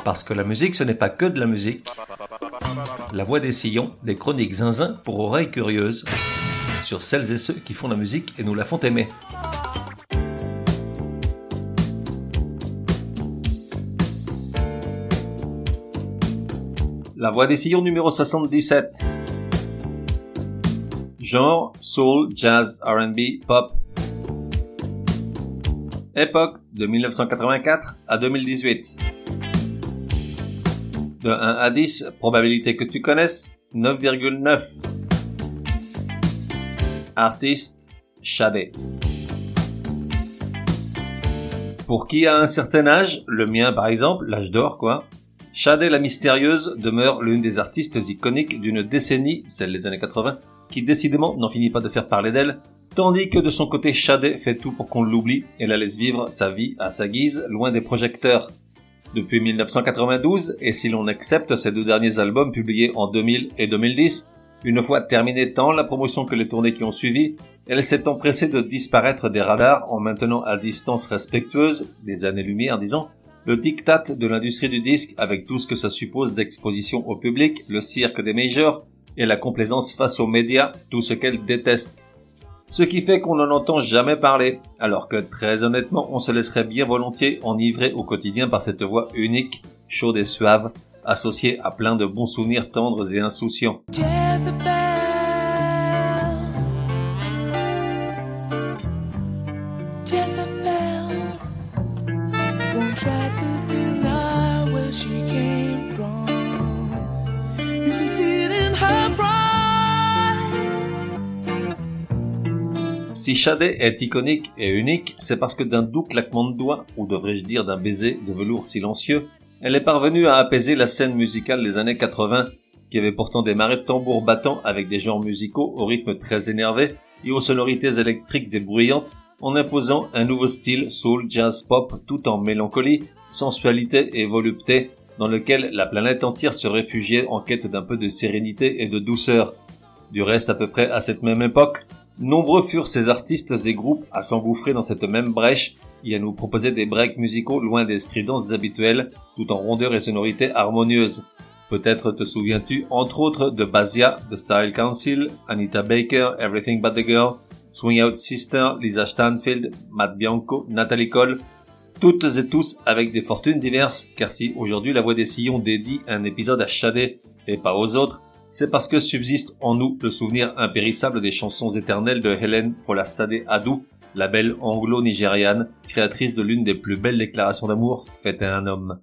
Parce que la musique, ce n'est pas que de la musique. La Voix des Sillons, des chroniques zinzin pour oreilles curieuses, sur celles et ceux qui font la musique et nous la font aimer. La Voix des Sillons numéro 77. Genre, soul, jazz, R&B, pop. Époque, de 1984 à 2018. De 1 à 10, probabilité que tu connaisses, 9,9. Artiste, Shadé. Pour qui a un certain âge, le mien par exemple, l'âge d'or quoi, Shadé la mystérieuse demeure l'une des artistes iconiques d'une décennie, celle des années 80, qui décidément n'en finit pas de faire parler d'elle, tandis que de son côté Shadé fait tout pour qu'on l'oublie et la laisse vivre sa vie à sa guise, loin des projecteurs. Depuis 1992, et si l'on accepte ses deux derniers albums publiés en 2000 et 2010, une fois terminée tant la promotion que les tournées qui ont suivi, elle s'est empressée de disparaître des radars en maintenant à distance respectueuse, des années-lumière disons, le diktat de l'industrie du disque avec tout ce que ça suppose d'exposition au public, le cirque des majors et la complaisance face aux médias, tout ce qu'elle déteste. Ce qui fait qu'on n'en entend jamais parler, alors que très honnêtement on se laisserait bien volontiers enivrer au quotidien par cette voix unique, chaude et suave, associée à plein de bons souvenirs tendres et insouciants. Si Shadé est iconique et unique, c'est parce que d'un doux claquement de doigts, ou devrais-je dire d'un baiser de velours silencieux, elle est parvenue à apaiser la scène musicale des années 80, qui avait pourtant démarré de tambours battants avec des genres musicaux au rythme très énervé et aux sonorités électriques et bruyantes, en imposant un nouveau style soul, jazz, pop, tout en mélancolie, sensualité et volupté, dans lequel la planète entière se réfugiait en quête d'un peu de sérénité et de douceur. Du reste, à peu près à cette même époque, nombreux furent ces artistes et groupes à s'engouffrer dans cette même brèche et à nous proposer des breaks musicaux loin des stridences habituelles, tout en rondeur et sonorité harmonieuse. Peut-être te souviens-tu entre autres de Basia, The Style Council, Anita Baker, Everything But The Girl, Swing Out Sister, Lisa Stanfield, Matt Bianco, Natalie Cole, toutes et tous avec des fortunes diverses, car si aujourd'hui la Voix des Sillons dédie un épisode à Shadé et pas aux autres, c'est parce que subsiste en nous le souvenir impérissable des chansons éternelles de Helen Folasade Adu, la belle anglo-nigériane, créatrice de l'une des plus belles déclarations d'amour faites à un homme.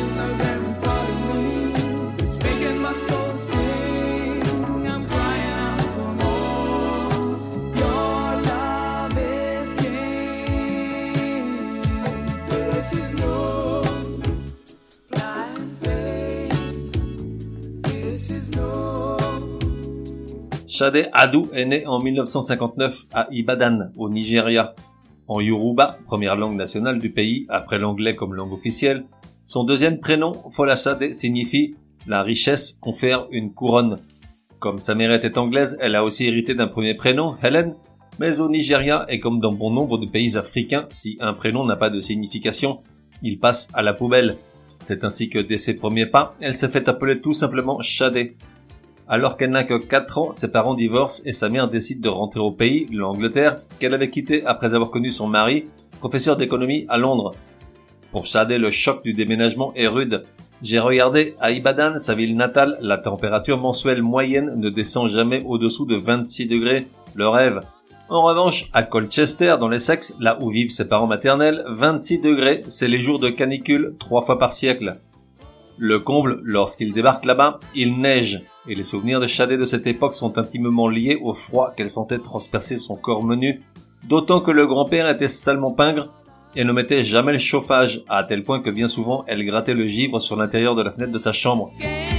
Shadé Adu est né en 1959 à Ibadan, au Nigeria. En Yoruba, première langue nationale du pays, après l'anglais comme langue officielle, son deuxième prénom, Folashade, signifie « la richesse confère une couronne ». Comme sa mère était anglaise, elle a aussi hérité d'un premier prénom, Helen, mais au Nigeria, et comme dans bon nombre de pays africains, si un prénom n'a pas de signification, il passe à la poubelle. C'est ainsi que dès ses premiers pas, elle s'est fait appeler tout simplement Shadé. Alors qu'elle n'a que 4 ans, ses parents divorcent et sa mère décide de rentrer au pays, l'Angleterre, qu'elle avait quitté après avoir connu son mari, professeur d'économie à Londres. Pour Shadé, le choc du déménagement est rude. J'ai regardé, à Ibadan, sa ville natale, la température mensuelle moyenne ne descend jamais au-dessous de 26 degrés, le rêve. En revanche, à Colchester, dans l'Essex, là où vivent ses parents maternels, 26 degrés, c'est les jours de canicule 3 fois par siècle. Le comble, lorsqu'il débarque là-bas, il neige, et les souvenirs de Shadé de cette époque sont intimement liés au froid qu'elle sentait transpercer son corps menu, d'autant que le grand-père était salement pingre et ne mettait jamais le chauffage, à tel point que bien souvent elle grattait le givre sur l'intérieur de la fenêtre de sa chambre.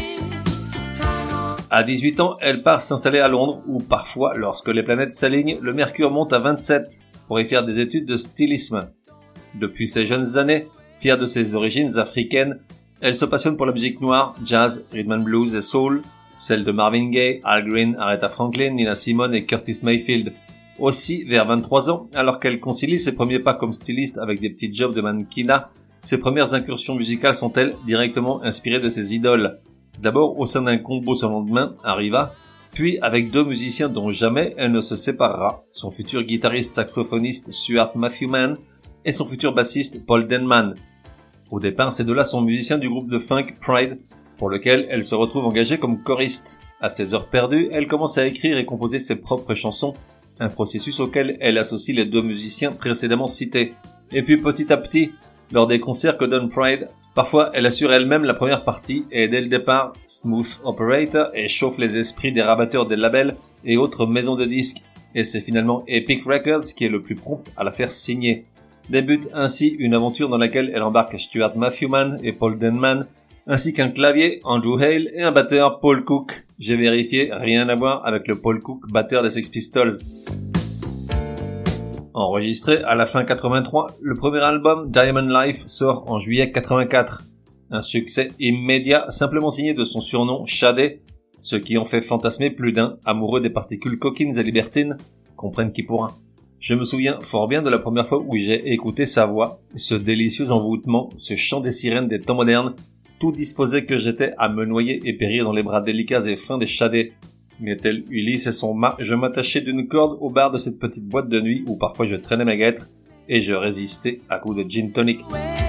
À 18 ans, elle part s'installer à Londres, où parfois, lorsque les planètes s'alignent, le mercure monte à 27, pour y faire des études de stylisme. Depuis ses jeunes années, fière de ses origines africaines, elle se passionne pour la musique noire, jazz, rhythm and blues et soul, celle de Marvin Gaye, Al Green, Aretha Franklin, Nina Simone et Curtis Mayfield. Aussi, vers 23 ans, alors qu'elle concilie ses premiers pas comme styliste avec des petits jobs de mannequinat, Ses premières incursions musicales sont-elles directement inspirées de ses idoles. D'abord au sein d'un combo son lendemain, Arriva, puis avec deux musiciens dont jamais elle ne se séparera, son futur guitariste saxophoniste Stuart Matthewman et son futur bassiste Paul Denman. Au départ, ces deux-là sont musiciens du groupe de funk Pride, pour lequel elle se retrouve engagée comme choriste. À ses heures perdues, elle commence à écrire et composer ses propres chansons, un processus auquel elle associe les deux musiciens précédemment cités. Et puis petit à petit, lors des concerts que donne Pride, parfois elle assure elle-même la première partie et dès le départ, Smooth Operator échauffe les esprits des rabatteurs des labels et autres maisons de disques. Et c'est finalement Epic Records qui est le plus prompt à la faire signer. Débute ainsi une aventure dans laquelle elle embarque Stuart Matthewman et Paul Denman, ainsi qu'un clavier, Andrew Hale, et un batteur, Paul Cook. J'ai vérifié, rien à voir avec le Paul Cook, batteur des Sex Pistols. Enregistré à la fin 83, le premier album, Diamond Life, sort en juillet 84. Un succès immédiat, simplement signé de son surnom, Shadé, ce qui en fait fantasmer plus d'un, amoureux des particules coquines et libertines, comprenne qui pourra. Je me souviens fort bien de la première fois où j'ai écouté sa voix, ce délicieux envoûtement, ce chant des sirènes des temps modernes, tout disposé que j'étais à me noyer et périr dans les bras délicats et fins des Shadé. Mais tel Ulysse et son mât, je m'attachais d'une corde au bar de cette petite boîte de nuit où parfois je traînais mes guêtres, et je résistais à coups de gin tonic.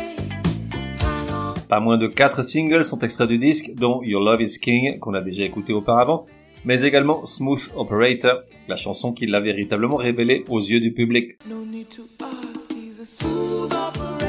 Pas moins de 4 singles sont extraits du disque, dont Your Love is King, qu'on a déjà écouté auparavant, mais également Smooth Operator, la chanson qui l'a véritablement révélée aux yeux du public. No need to ask, he's a smooth operator.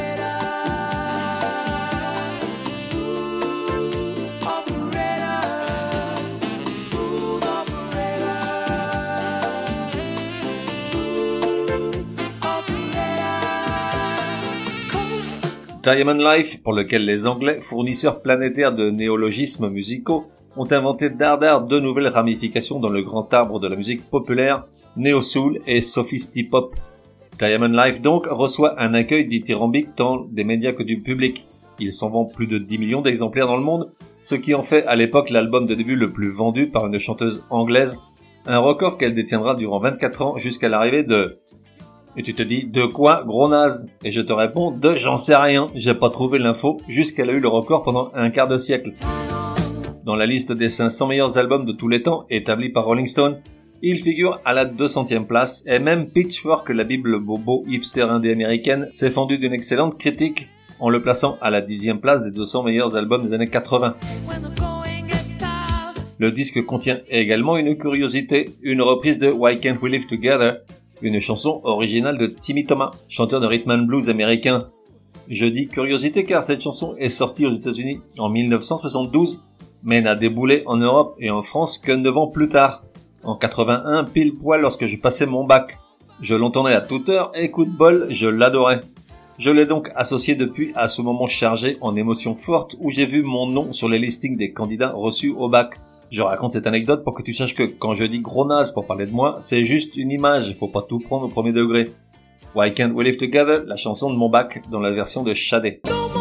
Diamond Life, pour lequel les Anglais, fournisseurs planétaires de néologismes musicaux, ont inventé dardard deux nouvelles ramifications dans le grand arbre de la musique populaire, Neo-Soul et Sophistipop. Diamond Life donc reçoit un accueil dithyrambique tant des médias que du public. Il s'en vend plus de 10 millions d'exemplaires dans le monde, ce qui en fait à l'époque l'album de début le plus vendu par une chanteuse anglaise, un record qu'elle détiendra durant 24 ans jusqu'à l'arrivée de... Et tu te dis, de quoi, gros naze? Et je te réponds, de j'en sais rien, j'ai pas trouvé l'info, jusqu'elle a eu le record pendant un quart de siècle. Dans la liste des 500 meilleurs albums de tous les temps, établie par Rolling Stone, il figure à la 200e place, et même Pitchfork, la bible bobo hipster indé américaine, s'est fendue d'une excellente critique, en le plaçant à la 10e place des 200 meilleurs albums des années 80. Le disque contient également une curiosité, une reprise de Why Can't We Live Together, une chanson originale de Timmy Thomas, chanteur de rhythm and blues américain. Je dis curiosité car cette chanson est sortie aux États-Unis en 1972, mais n'a déboulé en Europe et en France que 9 ans plus tard, en 81 pile poil lorsque je passais mon bac. Je l'entendais à toute heure et coup de bol, je l'adorais. Je l'ai donc associé depuis à ce moment chargé en émotions fortes où j'ai vu mon nom sur les listings des candidats reçus au bac. Je raconte cette anecdote pour que tu saches que quand je dis gros naze pour parler de moi, c'est juste une image, il faut pas tout prendre au premier degré. Why Can't We Live Together, la chanson de mon bac dans la version de Shadé.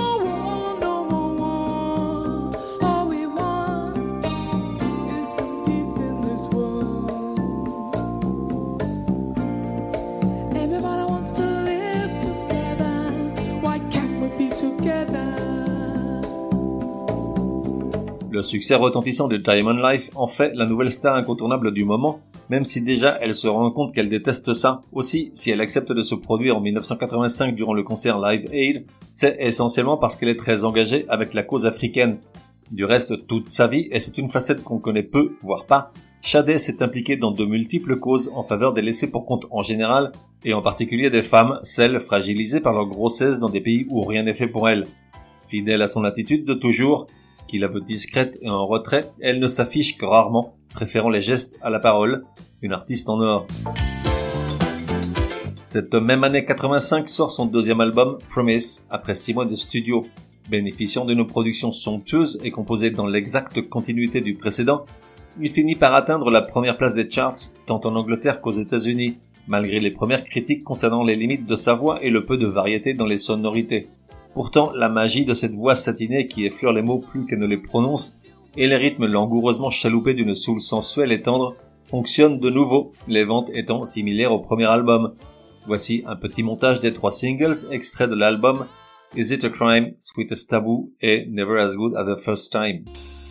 Le succès retentissant de Diamond Life en fait la nouvelle star incontournable du moment, même si déjà elle se rend compte qu'elle déteste ça. Aussi, si elle accepte de se produire en 1985 durant le concert Live Aid, c'est essentiellement parce qu'elle est très engagée avec la cause africaine. Du reste, toute sa vie, et c'est une facette qu'on connaît peu, voire pas, Shadé s'est impliquée dans de multiples causes en faveur des laissés pour compte en général, et en particulier des femmes, celles fragilisées par leur grossesse dans des pays où rien n'est fait pour elles. Fidèle à son attitude de toujours, qui la veut discrète et en retrait, elle ne s'affiche que rarement, préférant les gestes à la parole, une artiste en or. Cette même année 85 sort son deuxième album, Promise, après 6 mois de studio. Bénéficiant d'une production somptueuse et composée dans l'exacte continuité du précédent, il finit par atteindre la première place des charts, tant en Angleterre qu'aux États-Unis, malgré les premières critiques concernant les limites de sa voix et le peu de variété dans les sonorités. Pourtant, la magie de cette voix satinée qui effleure les mots plus qu'elle ne les prononce, et les rythmes langoureusement chaloupés d'une soul sensuelle et tendre, fonctionnent de nouveau, les ventes étant similaires au premier album. Voici un petit montage des 3 singles extraits de l'album Is It a Crime, Sweet as Taboo et Never as Good as the First Time.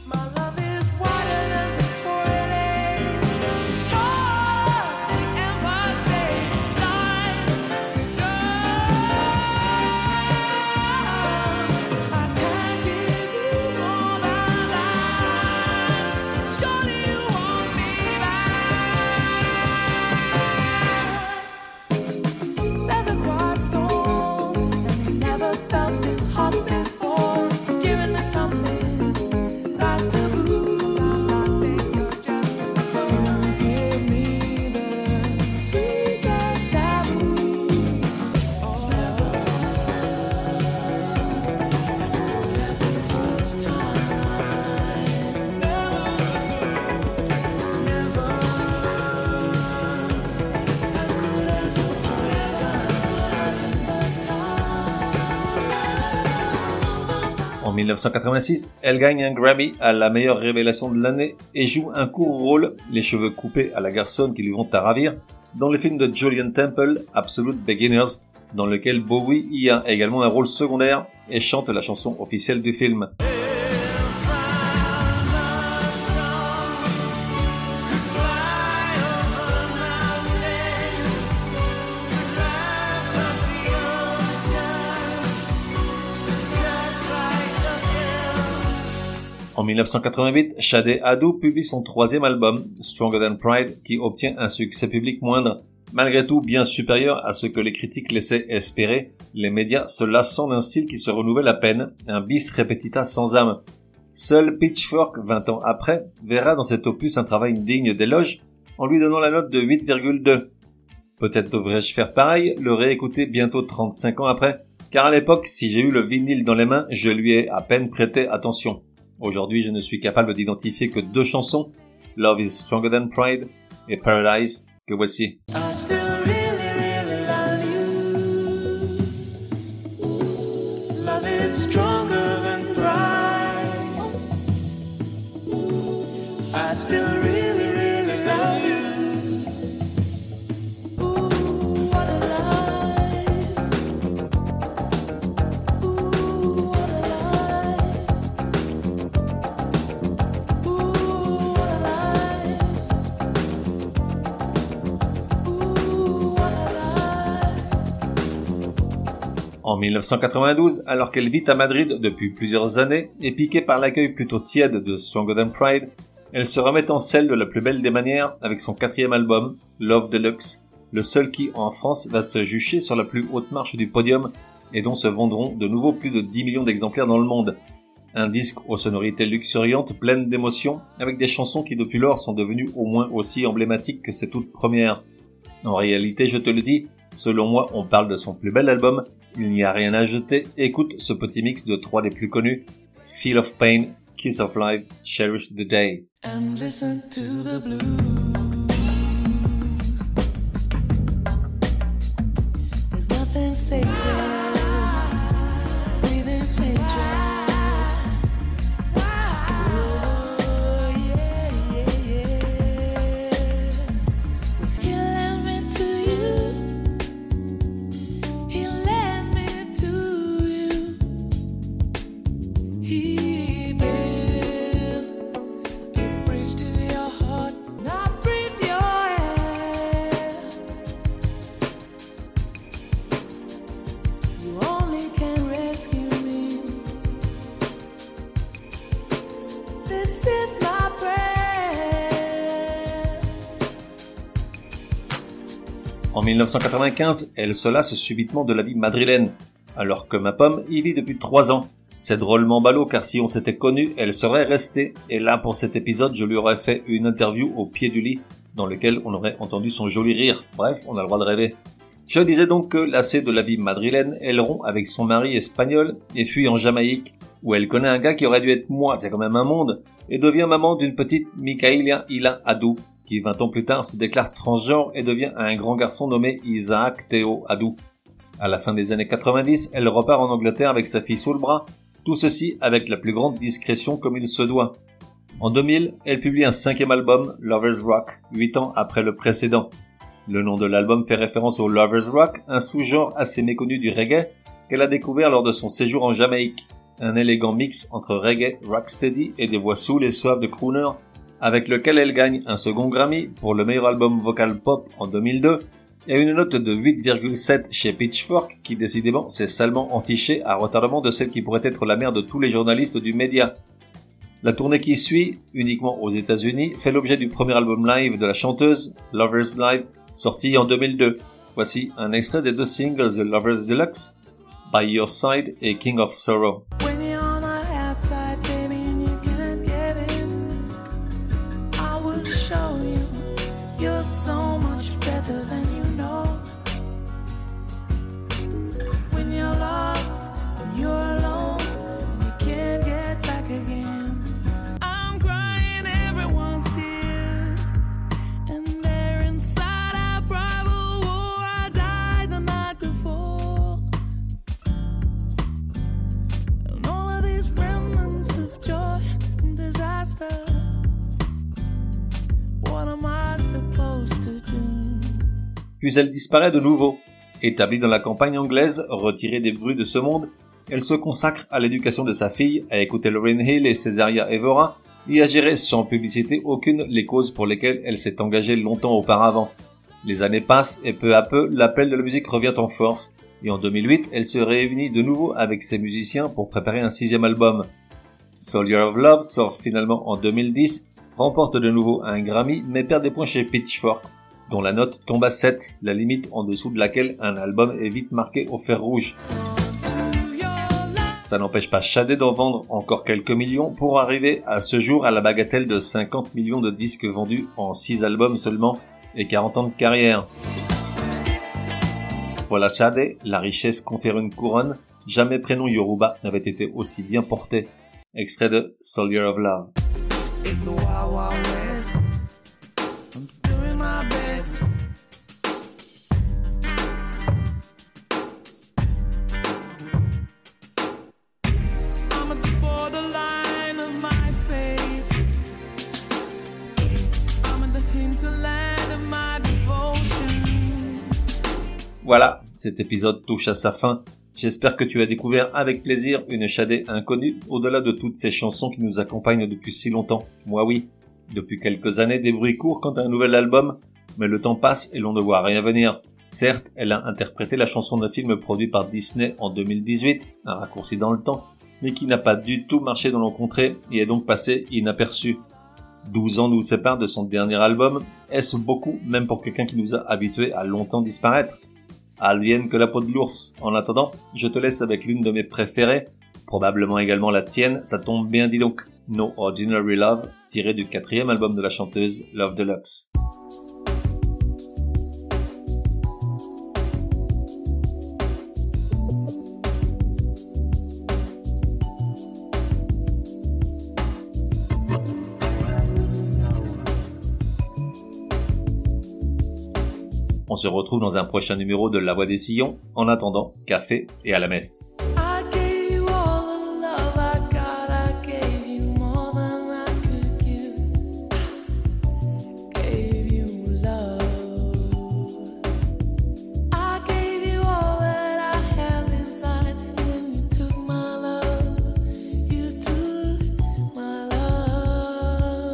En 1986, elle gagne un Grammy à la meilleure révélation de l'année et joue un court rôle, les cheveux coupés à la garçonne qui lui vont à ravir, dans le film de Julian Temple, Absolute Beginners, dans lequel Bowie y a également un rôle secondaire et chante la chanson officielle du film. En 1988, Sade Adu publie son troisième album, Stronger Than Pride, qui obtient un succès public moindre. Malgré tout bien supérieur à ce que les critiques laissaient espérer, les médias se lassant d'un style qui se renouvelle à peine, un bis repetita sans âme. Seul Pitchfork, 20 ans après, verra dans cet opus un travail digne d'éloge, en lui donnant la note de 8,2. Peut-être devrais-je faire pareil, le réécouter bientôt 35 ans après, car à l'époque, si j'ai eu le vinyle dans les mains, je lui ai à peine prêté attention. Aujourd'hui, je ne suis capable d'identifier que 2 chansons, Love is Stronger Than Pride et Paradise, que voici. I still really, really love you. Love is stronger than pride. I still really, really love you. Ooh, what a life. Ooh, what a life. Ooh, what a life. En 1992, alors qu'elle vit à Madrid depuis plusieurs années et piquée par l'accueil plutôt tiède de Stronger Than Pride, elle se remet en selle de la plus belle des manières avec son 4e album, Love Deluxe, le seul qui, en France, va se jucher sur la plus haute marche du podium et dont se vendront de nouveau plus de 10 millions d'exemplaires dans le monde. Un disque aux sonorités luxuriantes, pleines d'émotions, avec des chansons qui depuis lors sont devenues au moins aussi emblématiques que ses toutes premières. En réalité, je te le dis, selon moi, on parle de son plus bel album, il n'y a rien à jeter, écoute ce petit mix de 3 des plus connus, Feel of Pain, Kiss of Life, Cherish the Day. And listen to the blues. There's nothing sacred. Breathing hatred. Oh, yeah, yeah, yeah. He led me to you. He led me to you. He built a bridge to your heart. Now breathe your air. You only can rescue me. This is my prayer. En 1995, elle se lasse subitement de la vie madrilène, alors que ma pomme y vit depuis 3 ans. C'est drôlement ballot car si on s'était connu, elle serait restée. Et là, pour cet épisode, je lui aurais fait une interview au pied du lit, dans lequel on aurait entendu son joli rire. Bref, on a le droit de rêver. Je disais donc que, lassée de la vie madrilène, elle rompt avec son mari espagnol et fuit en Jamaïque, où elle connaît un gars qui aurait dû être moi, c'est quand même un monde, et devient maman d'une petite Micaïlia Hila Adu, qui 20 ans plus tard se déclare transgenre et devient un grand garçon nommé Isaac Theo Adu. À la fin des années 90, elle repart en Angleterre avec sa fille sous le bras, tout ceci avec la plus grande discrétion comme il se doit. En 2000, elle publie un 5e album, Lovers Rock, 8 ans après le précédent. Le nom de l'album fait référence au Lovers Rock, un sous-genre assez méconnu du reggae, qu'elle a découvert lors de son séjour en Jamaïque. Un élégant mix entre reggae, rocksteady et des voix saoules et suaves de crooner, avec lequel elle gagne un second Grammy pour le meilleur album vocal pop en 2002 et une note de 8,7 chez Pitchfork qui décidément s'est salement entichée à retardement de celle qui pourrait être la mère de tous les journalistes du média. La tournée qui suit, uniquement aux États-Unis, fait l'objet du premier album live de la chanteuse, Lovers Live, sorti en 2002. Voici un extrait des 2 singles de Lovers Deluxe, By Your Side et King of Sorrow. When you're on the outside, baby, and you can't get in, I will show you you're so much better than you know. When you're lost, when you're alone, you can't get back again. I'm crying everyone's tears, and they're inside our private war. I died the night before. And all of these remnants of joy and disaster, what am I supposed to do? Puis elle disparaît de nouveau. Établie dans la campagne anglaise, retirée des bruits de ce monde, elle se consacre à l'éducation de sa fille, à écouter Lauryn Hill et Cesaria Evora, et à gérer sans publicité aucune les causes pour lesquelles elle s'est engagée longtemps auparavant. Les années passent et peu à peu, l'appel de la musique revient en force, et en 2008, elle se réunit de nouveau avec ses musiciens pour préparer un 6e album. Soldier of Love sort finalement en 2010, remporte de nouveau un Grammy, mais perd des points chez Pitchfork, dont la note tombe à 7, la limite en dessous de laquelle un album est vite marqué au fer rouge. Ça n'empêche pas Sade d'en vendre encore quelques millions pour arriver à ce jour à la bagatelle de 50 millions de disques vendus en 6 albums seulement et 40 ans de carrière. Voilà Sade, la richesse confère une couronne, jamais prénom Yoruba n'avait été aussi bien porté. Extrait de Soldier of Love. It's a wild, wild west. I'm doing my best. I'm at the borderline of my faith. I'm at the hinterland of my devotion. Voilà, cet épisode touche à sa fin. J'espère que tu as découvert avec plaisir une Sade inconnue au-delà de toutes ces chansons qui nous accompagnent depuis si longtemps. Moi oui, depuis quelques années des bruits courent quant à un nouvel album, mais le temps passe et l'on ne voit rien venir. Certes, elle a interprété la chanson d'un film produit par Disney en 2018, un raccourci dans le temps, mais qui n'a pas du tout marché dans nos contrées et est donc passé inaperçu. 12 ans nous séparent de son dernier album, est-ce beaucoup même pour quelqu'un qui nous a habitués à longtemps disparaître ? Alien que la peau de l'ours. En attendant, je te laisse avec l'une de mes préférées, probablement également la tienne, ça tombe bien dis donc, No Ordinary Love, tiré du 4e album de la chanteuse, Love Deluxe. On se retrouve dans un prochain numéro de La Voix des Sillons. En attendant, café et à la messe. I gave you all the love I got. I gave you more than I could give. Gave you love. I gave you all that I have inside, and you took my love. You took my love.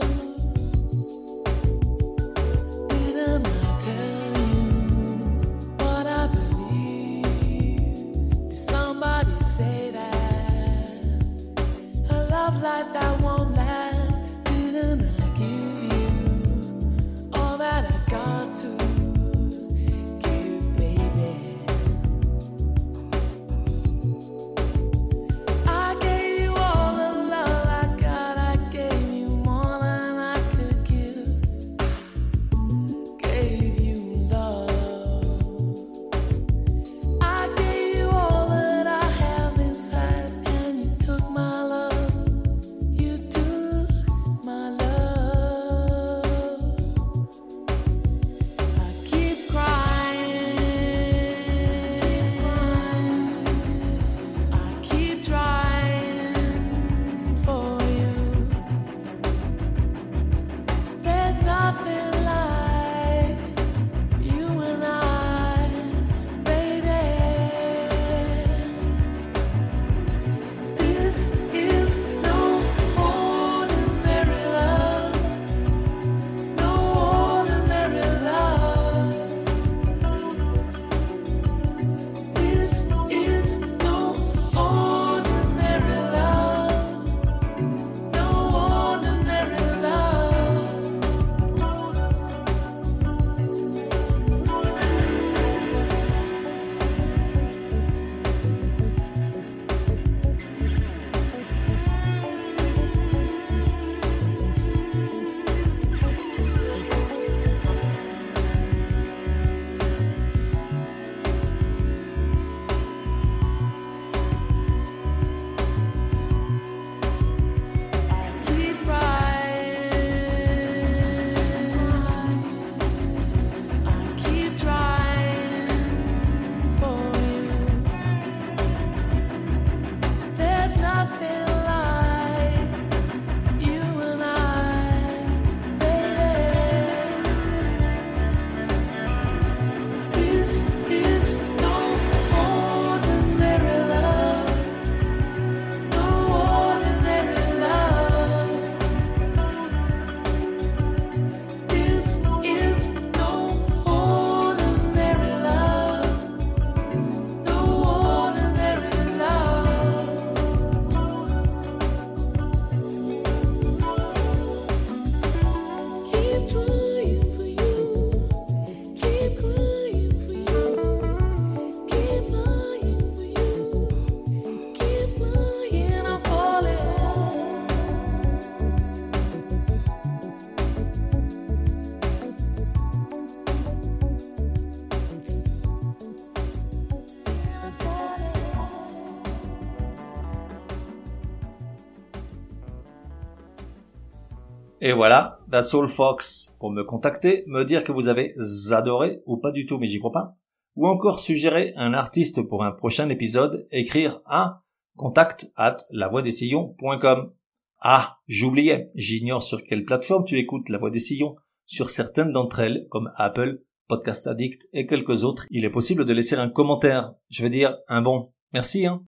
Didn't I tell you what I believe? Did somebody say that a love like that won't last? Didn't I give you all that I got to give, baby? I gave you all the love I got. I gave you more than I could give. Gave you love. I gave you all that I have inside, and you took my love. You Et voilà, that's all folks. Pour me contacter, me dire que vous avez adoré ou pas du tout, mais j'y crois pas, ou encore suggérer un artiste pour un prochain épisode, écrire à contact@lavoixdessillons.com. Ah, j'oubliais, j'ignore sur quelle plateforme tu écoutes La Voix des Sillons. Sur certaines d'entre elles, comme Apple, Podcast Addict et quelques autres, il est possible de laisser un commentaire. Je veux dire, un bon. Merci, hein.